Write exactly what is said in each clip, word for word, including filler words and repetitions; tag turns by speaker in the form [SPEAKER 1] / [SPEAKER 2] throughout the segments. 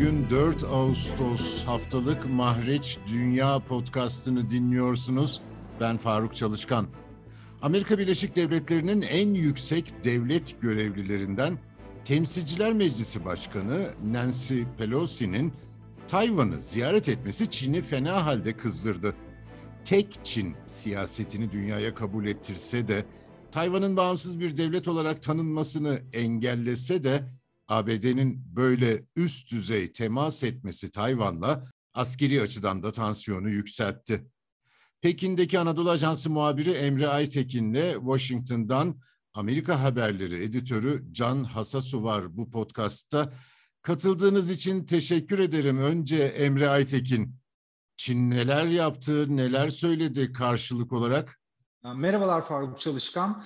[SPEAKER 1] Bugün dört Ağustos haftalık Mahreç Dünya Podcast'ını dinliyorsunuz. Ben Faruk Çalışkan. Amerika Birleşik Devletleri'nin en yüksek devlet görevlilerinden Temsilciler Meclisi Başkanı Nancy Pelosi'nin Tayvan'ı ziyaret etmesi Çin'i fena halde kızdırdı. Tek Çin siyasetini dünyaya kabul ettirse de, Tayvan'ın bağımsız bir devlet olarak tanınmasını engellese de, A B D'nin böyle üst düzey temas etmesi Tayvan'la askeri açıdan da tansiyonu yükseltti. Pekin'deki Anadolu Ajansı muhabiri Emre Aytekin'le Washington'dan Amerika Haberleri editörü Can Hasasu var bu podcastta. Katıldığınız için teşekkür ederim. Önce Emre Aytekin, Çin neler yaptı, neler söyledi karşılık olarak?
[SPEAKER 2] Merhabalar Faruk Çalışkan.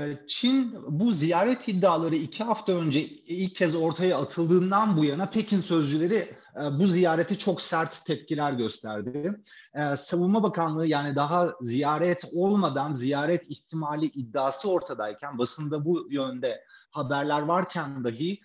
[SPEAKER 2] Çin bu ziyaret iddiaları iki hafta önce ilk kez ortaya atıldığından bu yana Pekin sözcüleri bu ziyarete çok sert tepkiler gösterdi. Savunma Bakanlığı, yani daha ziyaret olmadan ziyaret ihtimali iddiası ortadayken, basında bu yönde haberler varken dahi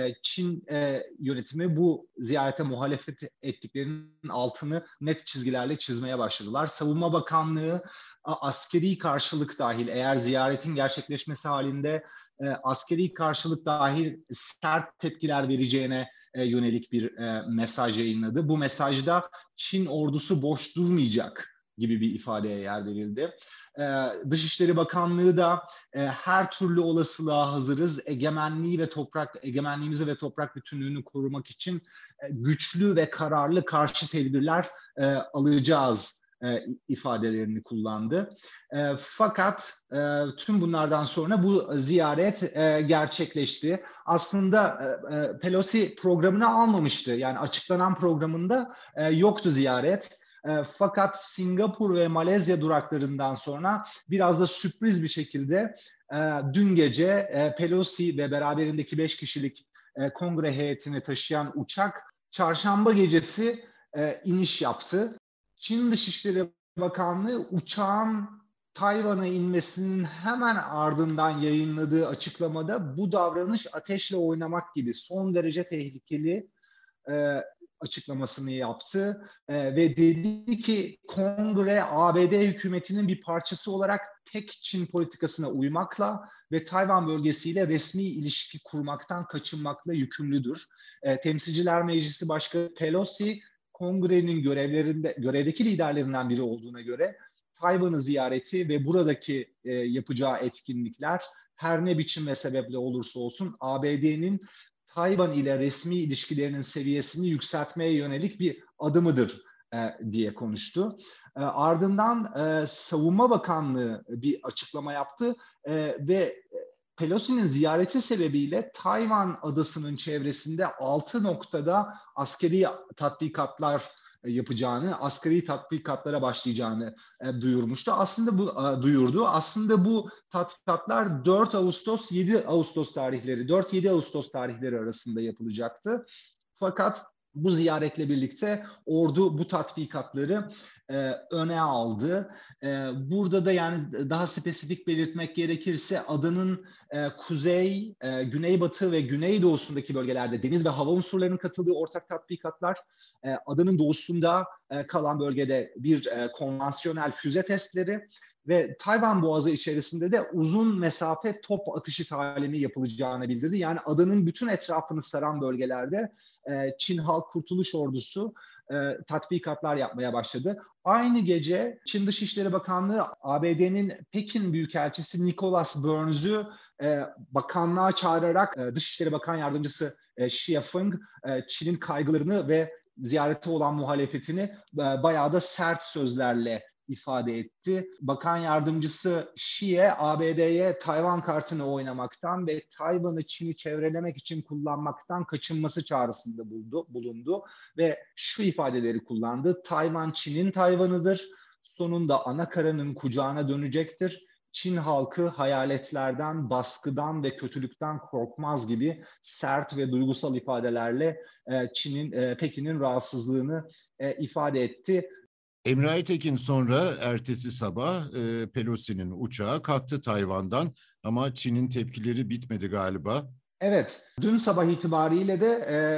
[SPEAKER 2] Çin yönetimi bu ziyarete muhalefet ettiklerinin altını net çizgilerle çizmeye başladılar. Savunma Bakanlığı askeri karşılık dahil, eğer ziyaretin gerçekleşmesi halinde e, askeri karşılık dahil sert tepkiler vereceğine e, yönelik bir e, mesaj yayınladı. Bu mesajda Çin ordusu boş durmayacak gibi bir ifadeye yer verildi. E, Dışişleri Bakanlığı da e, her türlü olasılığa hazırız, egemenliği ve toprak egemenliğimizi ve toprak bütünlüğünü korumak için e, güçlü ve kararlı karşı tedbirler e, alacağız E, ifadelerini kullandı. E, fakat e, tüm bunlardan sonra bu ziyaret e, gerçekleşti. Aslında e, e, Pelosi programını almamıştı. Yani açıklanan programında e, yoktu ziyaret. E, fakat Singapur ve Malezya duraklarından sonra biraz da sürpriz bir şekilde e, dün gece e, Pelosi ve beraberindeki beş kişilik e, kongre heyetini taşıyan uçak çarşamba gecesi e, iniş yaptı. Çin Dışişleri Bakanlığı uçağın Tayvan'a inmesinin hemen ardından yayınladığı açıklamada bu davranış ateşle oynamak gibi son derece tehlikeli e, açıklamasını yaptı e, ve dedi ki Kongre A B D hükümetinin bir parçası olarak tek Çin politikasına uymakla ve Tayvan bölgesiyle resmi ilişki kurmaktan kaçınmakla yükümlüdür. E, Temsilciler Meclisi Başkanı Pelosi, Kongre'nin görevlerinde, görevdeki liderlerinden biri olduğuna göre Tayvan'ı ziyareti ve buradaki e, yapacağı etkinlikler her ne biçim ve sebeple olursa olsun A B D'nin Tayvan ile resmi ilişkilerinin seviyesini yükseltmeye yönelik bir adımıdır e, diye konuştu. E, ardından e, Savunma Bakanlığı bir açıklama yaptı e, ve Pelosi'nin ziyareti sebebiyle Tayvan adasının çevresinde altı noktada askeri tatbikatlar yapacağını, askeri tatbikatlara başlayacağını e, duyurmuştu. Aslında bu e, duyurdu. Aslında bu tatbikatlar dört Ağustos yedi Ağustos tarihleri, dört yedi Ağustos tarihleri arasında yapılacaktı. Fakat bu ziyaretle birlikte ordu bu tatbikatları e, öne aldı. E, burada da yani daha spesifik belirtmek gerekirse adanın e, kuzey, e, güneybatı ve güneydoğusundaki bölgelerde deniz ve hava unsurlarının katıldığı ortak tatbikatlar, e, adanın doğusunda e, kalan bölgede bir e, konvansiyonel füze testleri ve Tayvan Boğazı içerisinde de uzun mesafe top atışı talimi yapılacağını bildirdi. Yani adanın bütün etrafını saran bölgelerde e, Çin Halk Kurtuluş Ordusu e, tatbikatlar yapmaya başladı. Aynı gece Çin Dışişleri Bakanlığı A B D'nin Pekin Büyükelçisi Nicholas Burns'ü e, bakanlığa çağırarak e, Dışişleri Bakan Yardımcısı e, Xie Feng e, Çin'in kaygılarını ve ziyarete olan muhalefetini e, bayağı da sert sözlerle ifade etti. Bakan Yardımcısı Xie, A B D'ye Tayvan kartını oynamaktan ve Tayvan'ı Çin'i çevrelemek için kullanmaktan kaçınması çağrısında bulundu, bulundu ve şu ifadeleri kullandı. Tayvan Çin'in Tayvan'ıdır. Sonunda ana karanın kucağına dönecektir. Çin halkı hayaletlerden, baskıdan ve kötülükten korkmaz gibi sert ve duygusal ifadelerle Çin'in, Pekin'in rahatsızlığını ifade etti.
[SPEAKER 1] Emre Aytekin sonra ertesi sabah e, Pelosi'nin uçağı kalktı Tayvan'dan ama Çin'in tepkileri bitmedi galiba.
[SPEAKER 2] Evet, dün sabah itibariyle de e,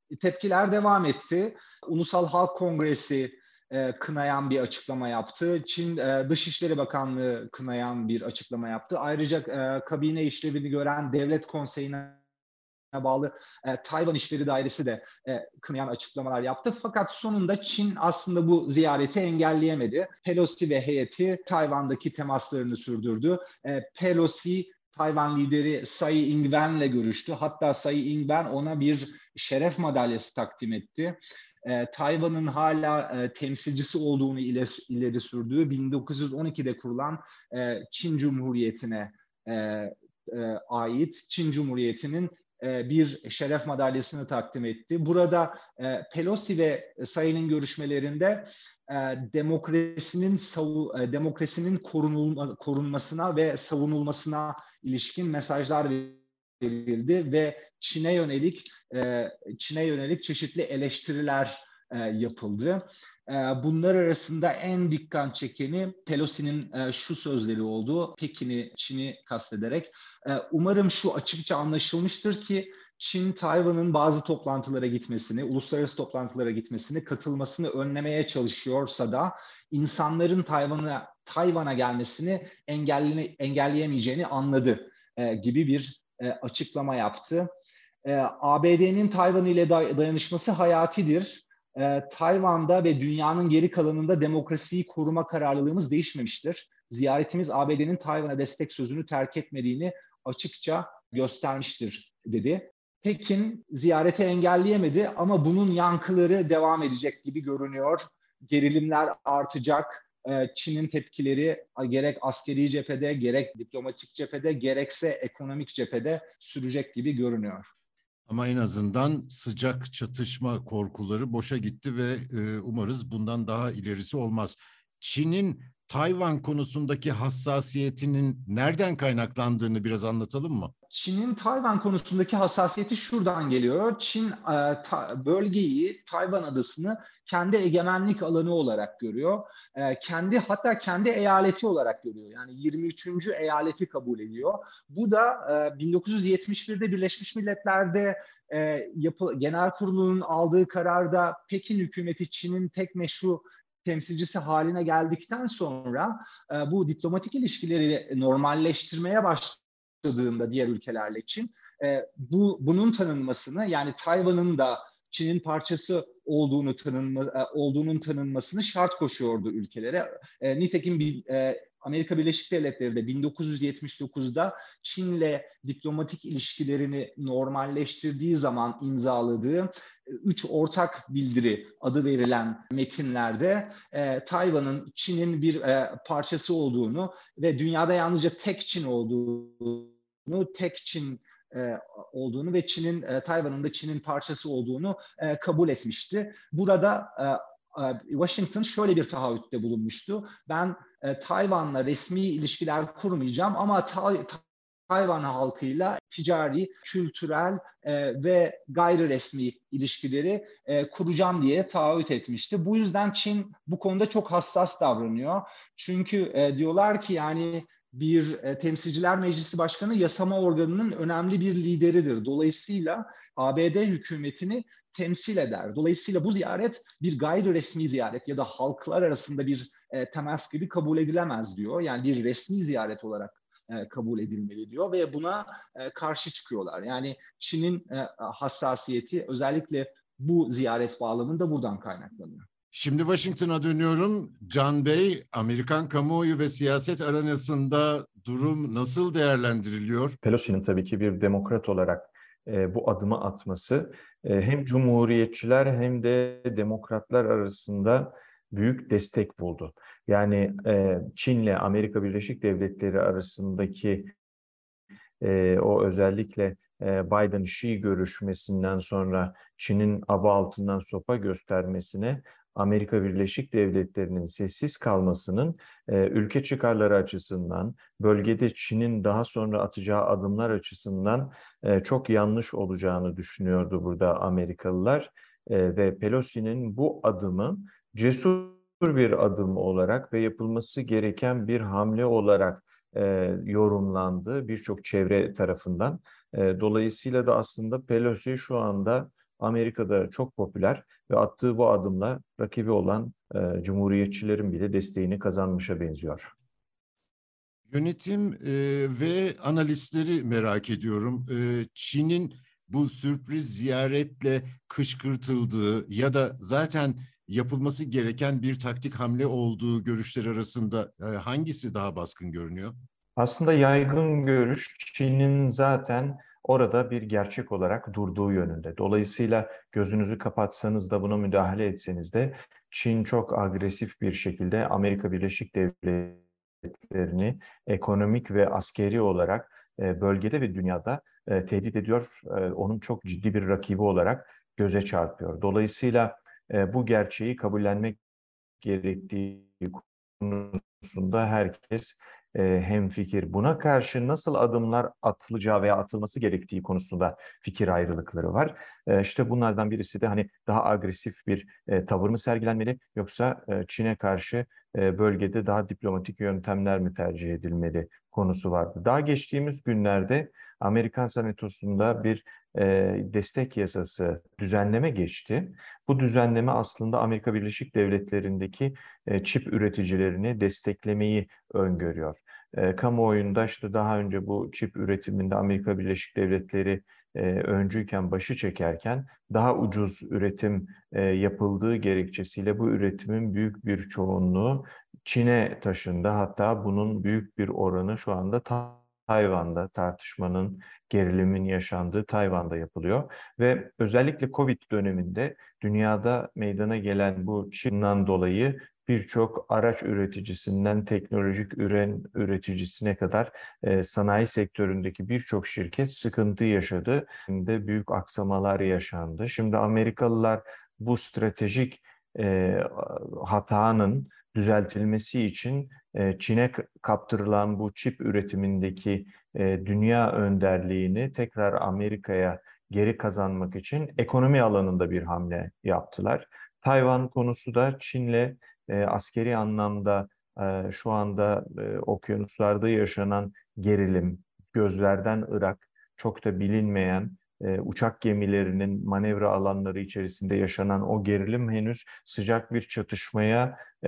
[SPEAKER 2] tepkiler devam etti. Ulusal Halk Kongresi e, kınayan bir açıklama yaptı. Çin e, Dışişleri Bakanlığı kınayan bir açıklama yaptı. Ayrıca e, kabine işlevini gören Devlet Konseyi'ne bağlı e, Tayvan İşleri Dairesi de e, kınayan açıklamalar yaptı. Fakat sonunda Çin aslında bu ziyareti engelleyemedi. Pelosi ve heyeti Tayvan'daki temaslarını sürdürdü. E, Pelosi Tayvan lideri Tsai Ing-wen'le görüştü. Hatta Tsai Ing-wen ona bir şeref madalyası takdim etti. E, Tayvan'ın hala e, temsilcisi olduğunu ileri, ileri sürdüğü bin dokuz yüz on ikide kurulan e, Çin Cumhuriyeti'ne e, e, ait Çin Cumhuriyeti'nin bir şeref madalyasını takdim etti. Burada e, Pelosi ve Tsai'nin görüşmelerinde e, demokrasinin savu, e, demokrasinin korunulma, korunmasına ve savunulmasına ilişkin mesajlar verildi ve Çin'e yönelik e, Çin'e yönelik çeşitli eleştiriler e, yapıldı. E, bunlar arasında en dikkat çekeni Pelosi'nin e, şu sözleri oldu. Pekin'i, Çin'i kastederek. E, umarım şu açıkça anlaşılmıştır ki Çin, Tayvan'ın bazı toplantılara gitmesini, uluslararası toplantılara gitmesini, katılmasını önlemeye çalışıyorsa da insanların Tayvan'a Tayvan'a gelmesini engelle, engelleyemeyeceğini anladı e, gibi bir e, açıklama yaptı. E, A B D'nin Tayvan ile dayanışması hayatidir. E, Tayvan'da ve dünyanın geri kalanında demokrasiyi koruma kararlılığımız değişmemiştir. Ziyaretimiz A B D'nin Tayvan'a destek sözünü terk etmediğini açıkça göstermiştir, dedi. Pekin ziyareti engelleyemedi ama bunun yankıları devam edecek gibi görünüyor. Gerilimler artacak. Çin'in tepkileri gerek askeri cephede, gerek diplomatik cephede, gerekse ekonomik cephede sürecek gibi görünüyor.
[SPEAKER 1] Ama en azından sıcak çatışma korkuları boşa gitti ve e, umarız bundan daha ilerisi olmaz. Çin'in Tayvan konusundaki hassasiyetinin nereden kaynaklandığını biraz anlatalım mı?
[SPEAKER 2] Çin'in Tayvan konusundaki hassasiyeti şuradan geliyor. Çin e, ta, bölgeyi, Tayvan adasını kendi egemenlik alanı olarak görüyor. E, kendi hatta kendi eyaleti olarak görüyor. Yani yirmi üçüncü eyaleti kabul ediyor. Bu da e, bin dokuz yüz yetmiş birde Birleşmiş Milletler'de e, yapı, Genel Kurulu'nun aldığı kararda Pekin hükümeti Çin'in tek meşru temsilcisi haline geldikten sonra e, bu diplomatik ilişkileri normalleştirmeye başladı diğer ülkelerle Çin, e, bu bunun tanınmasını, yani Tayvan'ın da Çin'in parçası olduğunu tanınma, e, olduğunun tanınmasını şart koşuyordu ülkelere. E, nitekim bir, e, Amerika Birleşik Devletleri de bin dokuz yüz yetmiş dokuzda Çin'le diplomatik ilişkilerini normalleştirdiği zaman imzaladığı üç ortak bildiri adı verilen metinlerde e, Tayvan'ın Çin'in bir e, parçası olduğunu ve dünyada yalnızca tek Çin olduğunu, tek Çin e, olduğunu ve Çin'in e, Tayvan'ın da Çin'in parçası olduğunu e, kabul etmişti. Burada e, e, Washington şöyle bir taahhütte bulunmuştu. Ben e, Tayvan'la resmi ilişkiler kurmayacağım ama ta, Tayvan halkıyla ticari, kültürel e, ve gayri resmi ilişkileri e, kuracağım diye taahhüt etmişti. Bu yüzden Çin bu konuda çok hassas davranıyor. Çünkü e, diyorlar ki yani bir e, Temsilciler Meclisi Başkanı yasama organının önemli bir lideridir. Dolayısıyla A B D hükümetini temsil eder. Dolayısıyla bu ziyaret bir gayri resmi ziyaret ya da halklar arasında bir e, temas gibi kabul edilemez diyor. Yani bir resmi ziyaret olarak kabul edilmeli diyor ve buna karşı çıkıyorlar. Yani Çin'in hassasiyeti özellikle bu ziyaret bağlamında buradan kaynaklanıyor.
[SPEAKER 1] Şimdi Washington'a dönüyorum. Can Bey, Amerikan kamuoyu ve siyaset arenasında durum nasıl değerlendiriliyor?
[SPEAKER 3] Pelosi'nin tabii ki bir demokrat olarak e, bu adımı atması e, hem cumhuriyetçiler hem de demokratlar arasında büyük destek buldu. Yani e, Çin'le Amerika Birleşik Devletleri arasındaki e, o özellikle e, Biden-Xi görüşmesinden sonra Çin'in aba altından sopa göstermesine Amerika Birleşik Devletleri'nin sessiz kalmasının e, ülke çıkarları açısından, bölgede Çin'in daha sonra atacağı adımlar açısından e, çok yanlış olacağını düşünüyordu burada Amerikalılar. E, ve Pelosi'nin bu adımı cesur bir adım olarak ve yapılması gereken bir hamle olarak e, yorumlandı birçok çevre tarafından. E, dolayısıyla da aslında Pelosi şu anda Amerika'da çok popüler ve attığı bu adımla rakibi olan e, cumhuriyetçilerin bile desteğini kazanmışa benziyor.
[SPEAKER 1] Yönetim e, ve analistleri merak ediyorum. E, Çin'in bu sürpriz ziyaretle kışkırtıldığı ya da zaten yapılması gereken bir taktik hamle olduğu görüşler arasında e, hangisi daha baskın görünüyor?
[SPEAKER 3] Aslında yaygın görüş Çin'in zaten orada bir gerçek olarak durduğu yönünde. Dolayısıyla gözünüzü kapatsanız da buna müdahale etseniz de Çin çok agresif bir şekilde Amerika Birleşik Devletleri'ni ekonomik ve askeri olarak e, bölgede ve dünyada e, tehdit ediyor. E, Onun çok ciddi bir rakibi olarak göze çarpıyor. Dolayısıyla e, bu gerçeği kabullenmek gerektiği konusunda herkes e, hemfikir. Buna karşı nasıl adımlar atılacağı veya atılması gerektiği konusunda fikir ayrılıkları var. E, işte bunlardan birisi de hani daha agresif bir e, tavır mı sergilenmeli, yoksa e, Çin'e karşı e, bölgede daha diplomatik yöntemler mi tercih edilmeli konusu vardı. Daha geçtiğimiz günlerde Amerikan Senatosu'nda bir e, destek yasası, düzenleme geçti. Bu düzenleme aslında Amerika Birleşik Devletleri'ndeki e, çip üreticilerini desteklemeyi öngörüyor. E, kamuoyunda işte daha önce bu çip üretiminde Amerika Birleşik Devletleri e, öncüyken, başı çekerken daha ucuz üretim e, yapıldığı gerekçesiyle bu üretimin büyük bir çoğunluğu Çin'e taşındı. Hatta bunun büyük bir oranı şu anda Tayvan'da, tartışmanın, gerilimin yaşandığı Tayvan'da yapılıyor. Ve özellikle Covid döneminde dünyada meydana gelen bu Çin'den dolayı birçok araç üreticisinden teknolojik ürün üreticisine kadar e, sanayi sektöründeki birçok şirket sıkıntı yaşadı. Şimdi büyük aksamalar yaşandı. Şimdi Amerikalılar bu stratejik e, hatanın düzeltilmesi için e, Çin'e kaptırılan bu çip üretimindeki e, dünya önderliğini tekrar Amerika'ya geri kazanmak için ekonomi alanında bir hamle yaptılar. Tayvan konusu da Çin'le e, askeri anlamda e, şu anda e, okyanuslarda yaşanan gerilim, gözlerden ırak, çok da bilinmeyen e, uçak gemilerinin manevra alanları içerisinde yaşanan o gerilim henüz sıcak bir çatışmaya e,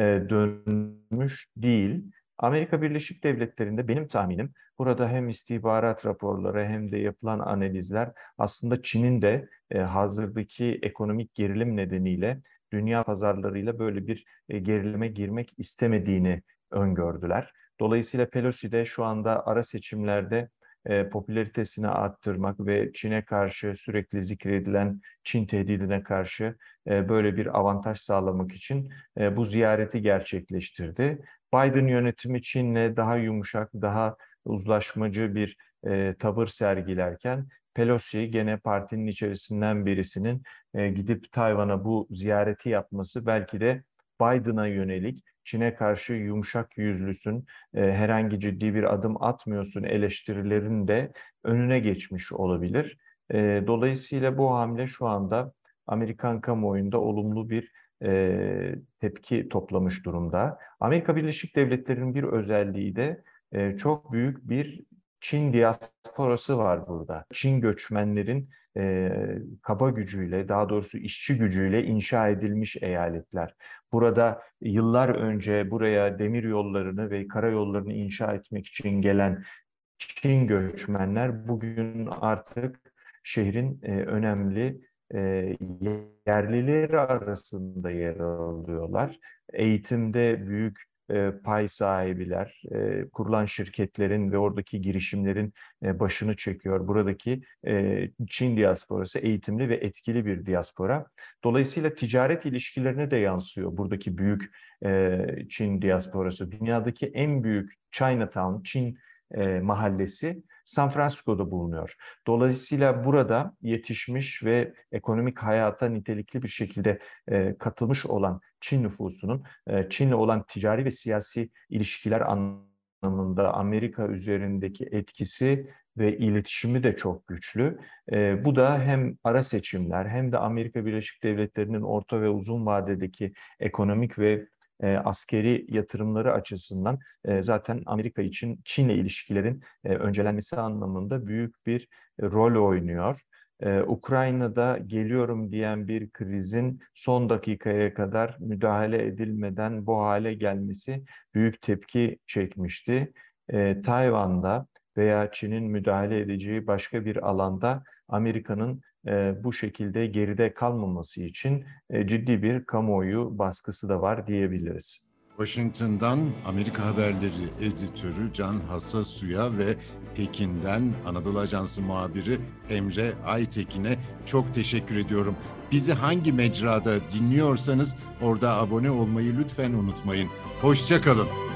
[SPEAKER 3] dönmüş değil. Amerika Birleşik Devletleri'nde benim tahminim burada hem istihbarat raporları hem de yapılan analizler aslında Çin'in de e, hazırdaki ekonomik gerilim nedeniyle dünya pazarlarıyla böyle bir e, gerilime girmek istemediğini öngördüler. Dolayısıyla Pelosi de şu anda ara seçimlerde e, popülaritesini arttırmak ve Çin'e karşı sürekli zikredilen Çin tehdidine karşı e, böyle bir avantaj sağlamak için e, bu ziyareti gerçekleştirdi. Biden yönetimi Çin'le daha yumuşak, daha uzlaşmacı bir e, tavır sergilerken Pelosi gene partinin içerisinden birisinin e, gidip Tayvan'a bu ziyareti yapması belki de Biden'a yönelik Çin'e karşı yumuşak yüzlüsün, e, herhangi ciddi bir adım atmıyorsun eleştirilerin de önüne geçmiş olabilir. E, dolayısıyla bu hamle şu anda Amerikan kamuoyunda olumlu bir e, tepki toplamış durumda. Amerika Birleşik Devletleri'nin bir özelliği de e, çok büyük bir Çin diasporası var burada. Çin göçmenlerin e, kaba gücüyle, daha doğrusu işçi gücüyle inşa edilmiş eyaletler. Burada yıllar önce buraya demir yollarını ve karayollarını inşa etmek için gelen Çin göçmenler bugün artık şehrin e, önemli e, yerlileri arasında yer alıyorlar. Eğitimde büyük e, pay sahibiler, e, kurulan şirketlerin ve oradaki girişimlerin e, başını çekiyor. Buradaki e, Çin diasporası eğitimli ve etkili bir diaspora. Dolayısıyla ticaret ilişkilerine de yansıyor buradaki büyük e, Çin diasporası. Dünyadaki en büyük Chinatown, Çin e, mahallesi San Francisco'da bulunuyor. Dolayısıyla burada yetişmiş ve ekonomik hayata nitelikli bir şekilde e, katılmış olan Çin nüfusunun e, Çin'le olan ticari ve siyasi ilişkiler anlamında Amerika üzerindeki etkisi ve iletişimi de çok güçlü. E, bu da hem ara seçimler hem de Amerika Birleşik Devletleri'nin orta ve uzun vadedeki ekonomik ve e, askeri yatırımları açısından e, zaten Amerika için Çin'le ilişkilerin e, öncelenmesi anlamında büyük bir e, rol oynuyor. Ee, Ukrayna'da geliyorum diyen bir krizin son dakikaya kadar müdahale edilmeden bu hale gelmesi büyük tepki çekmişti. Ee, Tayvan'da veya Çin'in müdahale edeceği başka bir alanda Amerika'nın e, bu şekilde geride kalmaması için e, ciddi bir kamuoyu baskısı da var diyebiliriz.
[SPEAKER 1] Washington'dan Amerika Haberleri editörü Can Hassasu'ya ve Pekin'den Anadolu Ajansı muhabiri Emre Aytekin'e çok teşekkür ediyorum. Bizi hangi mecrada dinliyorsanız orada abone olmayı lütfen unutmayın. Hoşça kalın.